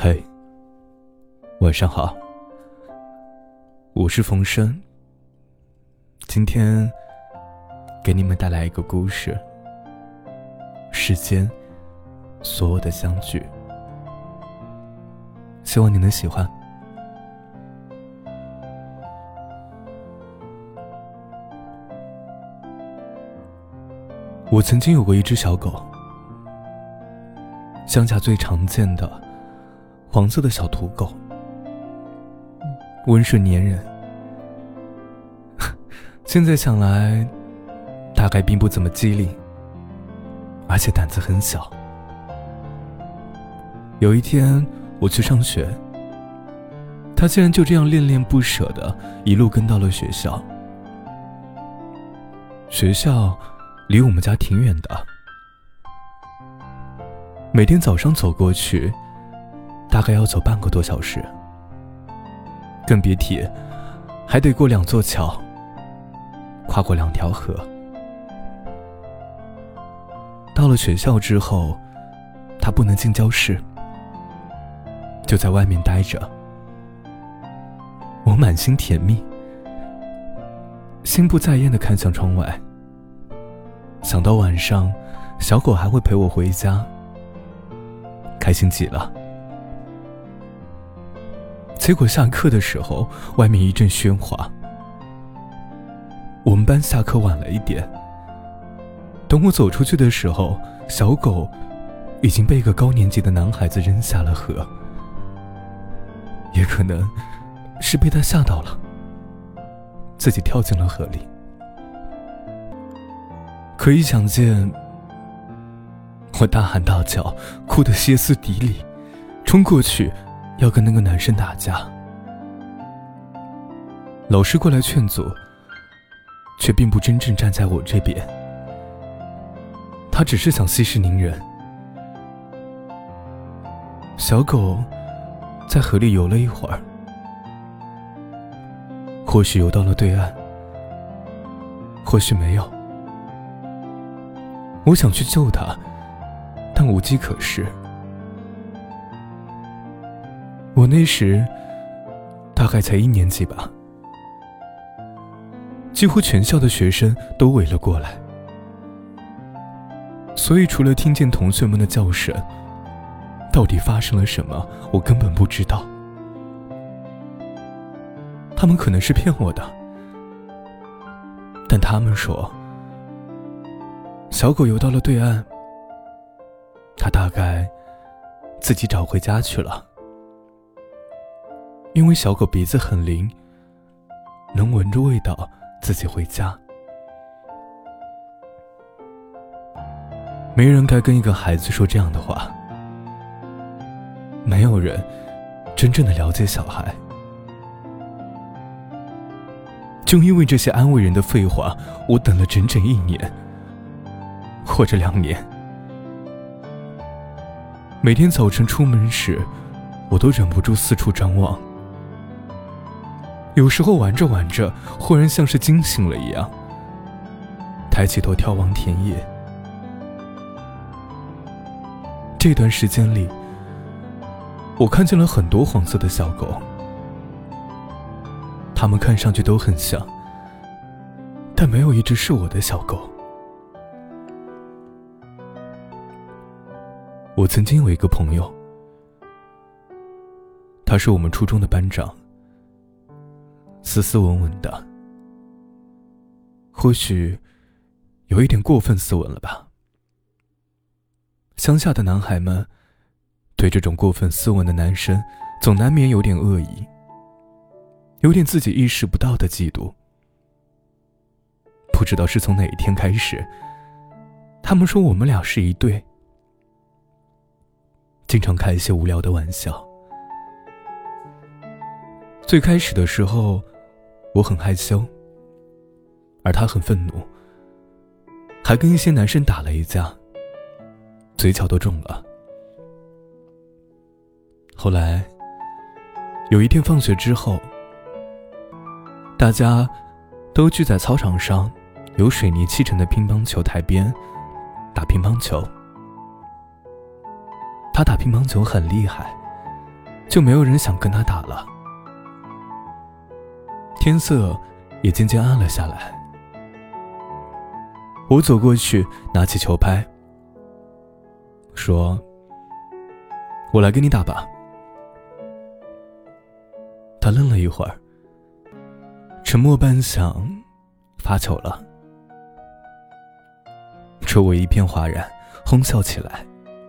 嘿，晚上好，我是冯生。今天给你们带来一个故事，世间所有的相聚，希望你能喜欢。我曾经有过一只小狗，乡下最常见的黄色的小土狗，温顺粘人。现在想来，大概并不怎么机灵，而且胆子很小。有一天我去上学，它竟然就这样恋恋不舍地一路跟到了学校。学校离我们家挺远的，每天早上走过去大概要走半个多小时，更别提还得过2座桥，跨过2条河。到了学校之后，他不能进教室，就在外面待着。我满心甜蜜，心不在焉地看向窗外，想到晚上小狗还会陪我回家，开心极了。结果下课的时候，外面一阵喧哗。我们班下课晚了一点，等我走出去的时候，小狗已经被一个高年级的男孩子扔下了河，也可能是被他吓到了，自己跳进了河里。可以想见，我大喊大叫，哭得歇斯底里，冲过去要跟那个男生打架。老师过来劝阻，却并不真正站在我这边，他只是想息事宁人。小狗在河里游了一会儿，或许游到了对岸，或许没有。我想去救它，但无计可施。我那时大概才1年级吧，几乎全校的学生都围了过来，所以除了听见同学们的叫声，到底发生了什么，我根本不知道。他们可能是骗我的，但他们说小狗游到了对岸，它大概自己找回家去了，因为小狗鼻子很灵，能闻着味道自己回家。没人该跟一个孩子说这样的话，没有人真正的了解小孩。就因为这些安慰人的废话，我等了整整1年或者2年。每天早晨出门时，我都忍不住四处张望，有时候玩着玩着，忽然像是惊醒了一样，抬起头眺望田野。这段时间里，我看见了很多黄色的小狗，它们看上去都很像，但没有一只是我的小狗。我曾经有一个朋友，他是我们初中的班长，斯斯文文的，或许有一点过分斯文了吧。乡下的男孩们对这种过分斯文的男生总难免有点恶意，有点自己意识不到的嫉妒。不知道是从哪一天开始，他们说我们俩是一对，经常开一些无聊的玩笑。最开始的时候我很害羞，而他很愤怒，还跟一些男生打了一架，嘴角都肿了。后来有一天放学之后，大家都聚在操场上有水泥砌成的乒乓球台边打乒乓球。他打乒乓球很厉害， 就没有人想跟他打了。天色也渐渐暗了下来，我走过去拿起球拍，说：“我来跟你打吧。”他愣了一会儿，沉默半晌，发球了。周围一片哗然，哄笑起来。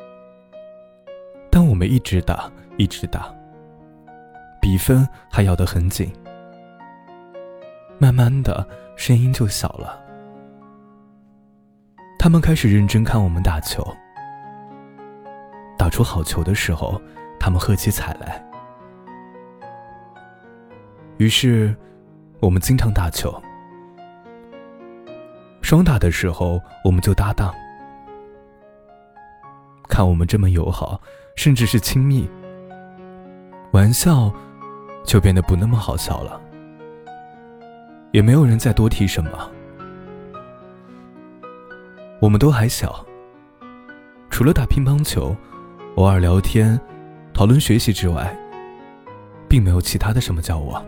但我们一直打，一直打，比分还咬得很紧。慢慢的，声音就小了。他们开始认真看我们打球，打出好球的时候，他们喝起彩来。于是，我们经常打球。双打的时候，我们就搭档。看我们这么友好，甚至是亲密，玩笑就变得不那么好笑了，也没有人再多提什么。我们都还小，除了打乒乓球，偶尔聊天、讨论学习之外，并没有其他的什么交往。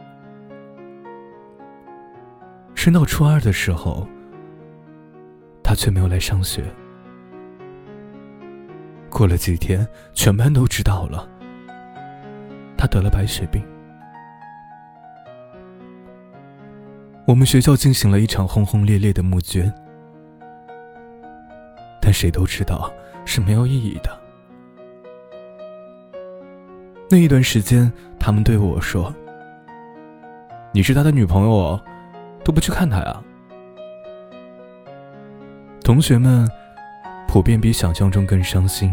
升到初二的时候，他却没有来上学。过了几天，全班都知道了，他得了白血病。我们学校进行了一场轰轰烈烈的募捐，但谁都知道是没有意义的。那一段时间，他们对我说：“你是他的女朋友哦，都不去看他呀。”同学们普遍比想象中更伤心，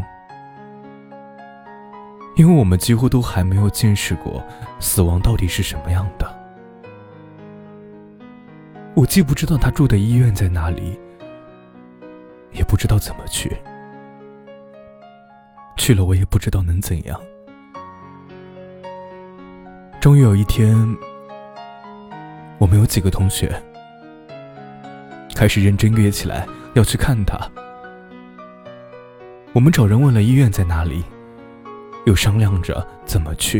因为我们几乎都还没有见识过死亡到底是什么样的。我既不知道他住的医院在哪里，也不知道怎么去，去了我也不知道能怎样。终于有一天，我们有几个同学开始认真约起来要去看他。我们找人问了医院在哪里，又商量着怎么去。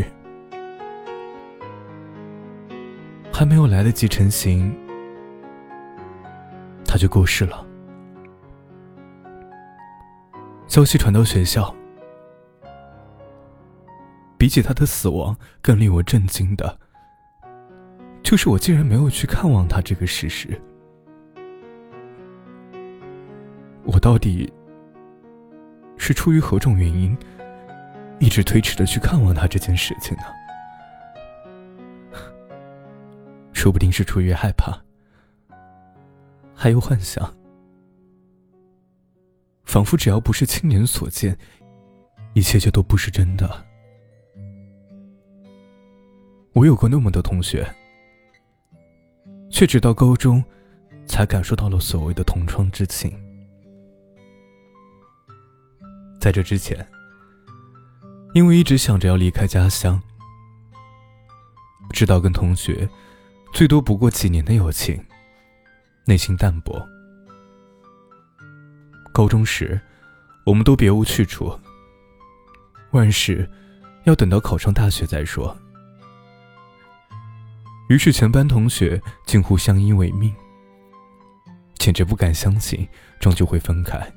还没有来得及成行，他就过世了。消息传到学校，比起他的死亡更令我震惊的，就是我竟然没有去看望他这个事实。我到底是出于何种原因，一直推迟着去看望他这件事情呢？说不定是出于害怕，还有幻想，仿佛只要不是亲眼所见，一切就都不是真的。我有过那么多同学，却直到高中才感受到了所谓的同窗之情。在这之前，因为一直想着要离开家乡，知道跟同学最多不过几年的友情，内心淡薄。高中时，我们都别无去处，万事要等到考上大学再说。于是全班同学近乎相依为命，简直不敢相信终究会分开。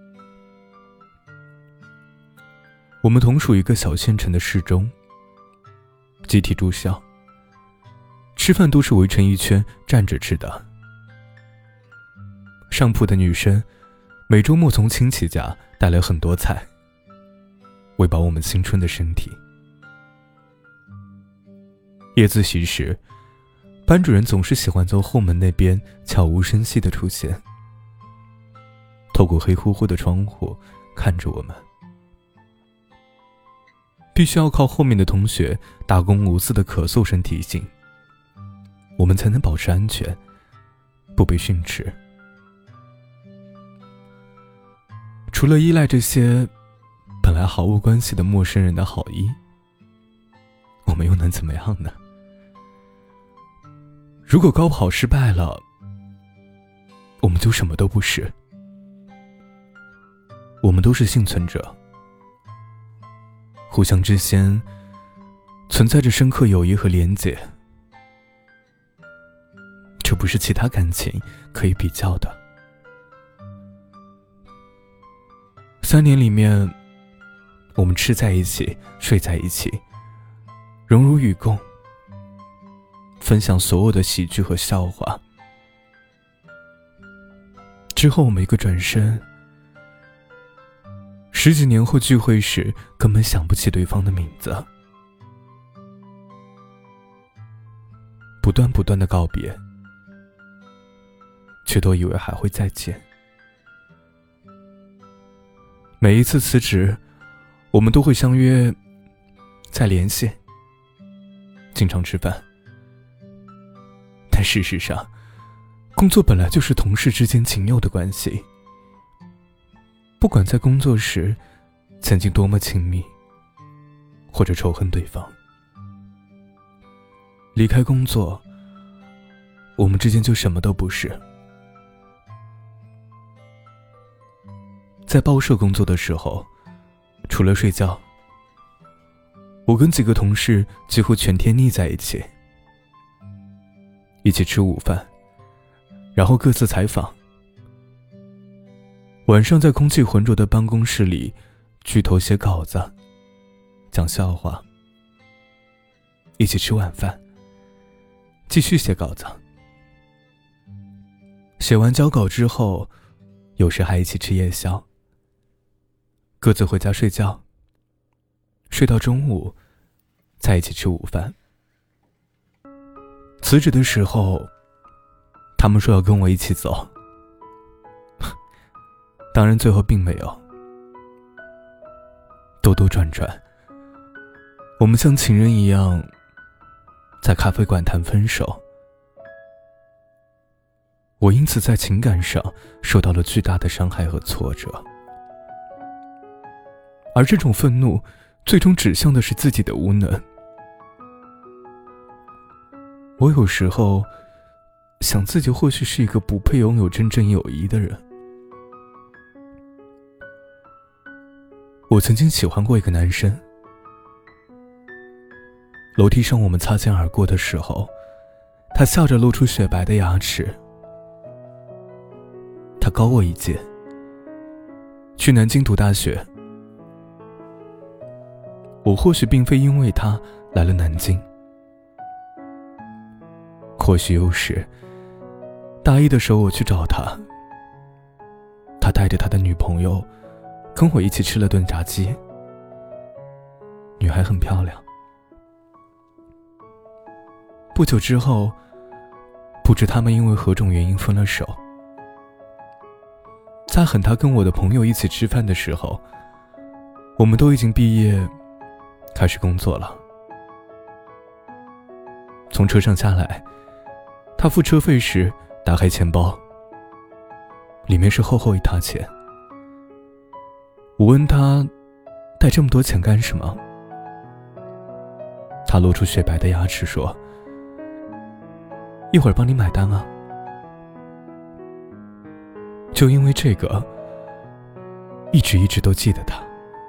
我们同属一个小县城的市中，集体住校，吃饭都是围成一圈站着吃的。上铺的女生每周末从亲戚家带来很多菜，喂饱我们青春的身体。夜自习时，班主任总是喜欢从后门那边悄无声息地出现，透过黑乎乎的窗户看着我们。必须要靠后面的同学大公无私的咳嗽声提醒，我们才能保持安全，不被训斥。除了依赖这些本来毫无关系的陌生人的好意，我们又能怎么样呢？如果高考失败了，我们就什么都不是。我们都是幸存者，互相之间存在着深刻友谊和连结，这不是其他感情可以比较的。3年里面，我们吃在一起，睡在一起，荣辱与共，分享所有的喜剧和笑话。之后我们一个转身，10几年后聚会时根本想不起对方的名字，不断的告别，却都以为还会再见。每一次辞职，我们都会相约再联系，经常吃饭。但事实上，工作本来就是同事之间仅有的关系，不管在工作时曾经多么亲密，或者仇恨对方，离开工作，我们之间就什么都不是。在报社工作的时候，除了睡觉，我跟几个同事几乎全天腻在一起，一起吃午饭，然后各自采访。晚上在空气浑浊的办公室里聚头写稿子，讲笑话，一起吃晚饭，继续写稿子。写完交稿之后，有时还一起吃夜宵，各自回家睡觉，睡到中午再一起吃午饭。辞职的时候，他们说要跟我一起走，当然最后并没有。兜兜转转，我们像情人一样在咖啡馆谈分手。我因此在情感上受到了巨大的伤害和挫折，而这种愤怒最终指向的是自己的无能。我有时候想自己或许是一个不配拥有真正友谊的人。我曾经喜欢过一个男生，楼梯上我们擦肩而过的时候，他笑着露出雪白的牙齿。他高我一届，去南京读大学。我或许并非因为他来了南京，或许又是大一的时候我去找他，他带着他的女朋友跟我一起吃了顿炸鸡。女孩很漂亮。不久之后，不知他们因为何种原因分了手。在喊他跟我的朋友一起吃饭的时候，我们都已经毕业，开始工作了。从车上下来，他付车费时打开钱包，里面是厚厚一沓钱。我问他带这么多钱干什么，他露出雪白的牙齿说：“一会儿帮你买单啊。”就因为这个，一直都记得他。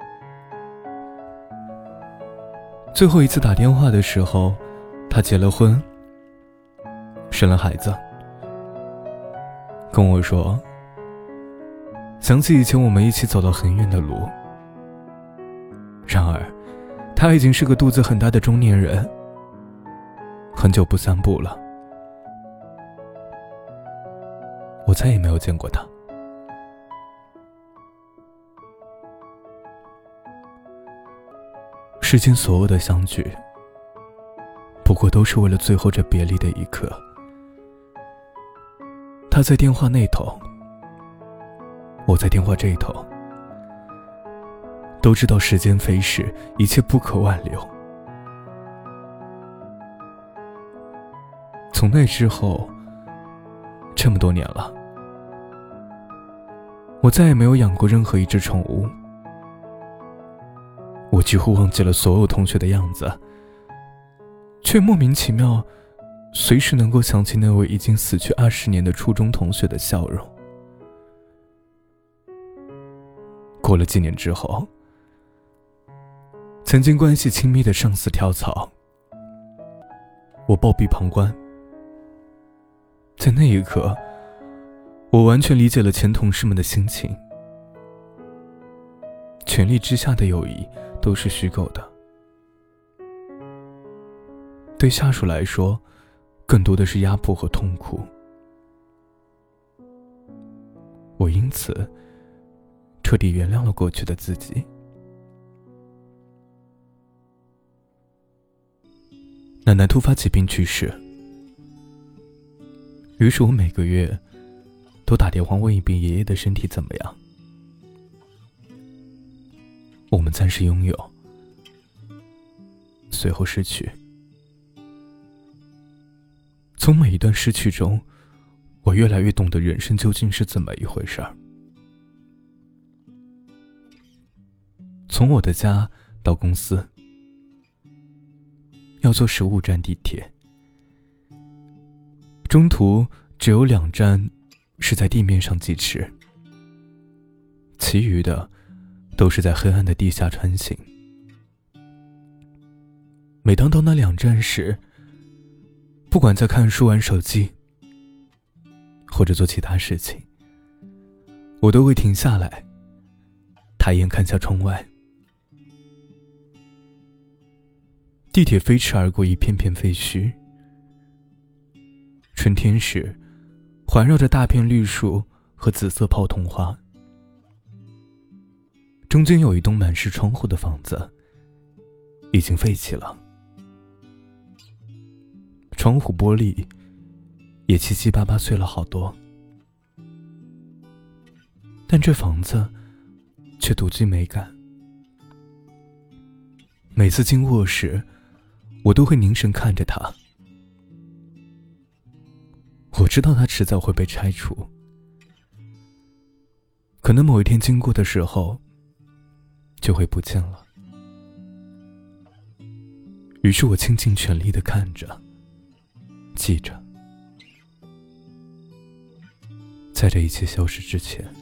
最后一次打电话的时候，他结了婚，生了孩子，跟我说想起以前我们一起走了很远的路。然而他已经是个肚子很大的中年人，很久不散步了。我再也没有见过他。世间所有的相聚，不过都是为了最后这别离的一刻。他在电话那头，我在电话这一头，都知道时间飞逝，一切不可挽留。从那之后，这么多年了，我再也没有养过任何一只宠物。我几乎忘记了所有同学的样子，却莫名其妙随时能够想起那位已经死去20年的初中同学的笑容。过了几年之后， 曾经关系亲密的上司跳槽，我抱臂旁观。在那一刻，我完全理解了前同事们的心情。权力之下的友谊都是虚构的，对下属来说，更多的是压迫和痛苦。我因此彻底原谅了过去的自己。奶奶突发疾病去世，于是我每个月都打电话问一遍爷爷的身体怎么样。我们暂时拥有，随后失去。从每一段失去中，我越来越懂得人生究竟是怎么一回事儿。从我的家到公司，要坐15站地铁，中途只有2站是在地面上疾驰，其余的都是在黑暗的地下穿行。每当到那2站时，不管在看书玩手机或者做其他事情，我都会停下来，抬眼看下窗外。地铁飞驰而过一片片废墟，春天时环绕着大片绿树和紫色泡桐花，中间有一栋满是窗户的房子，已经废弃了，窗户玻璃也七七八八碎了好多，但这房子却独具美感。每次经过时，我都会凝神看着它。我知道它迟早会被拆除，可能某一天经过的时候就会不见了。于是我倾尽全力地看着，记着，在这一切消失之前。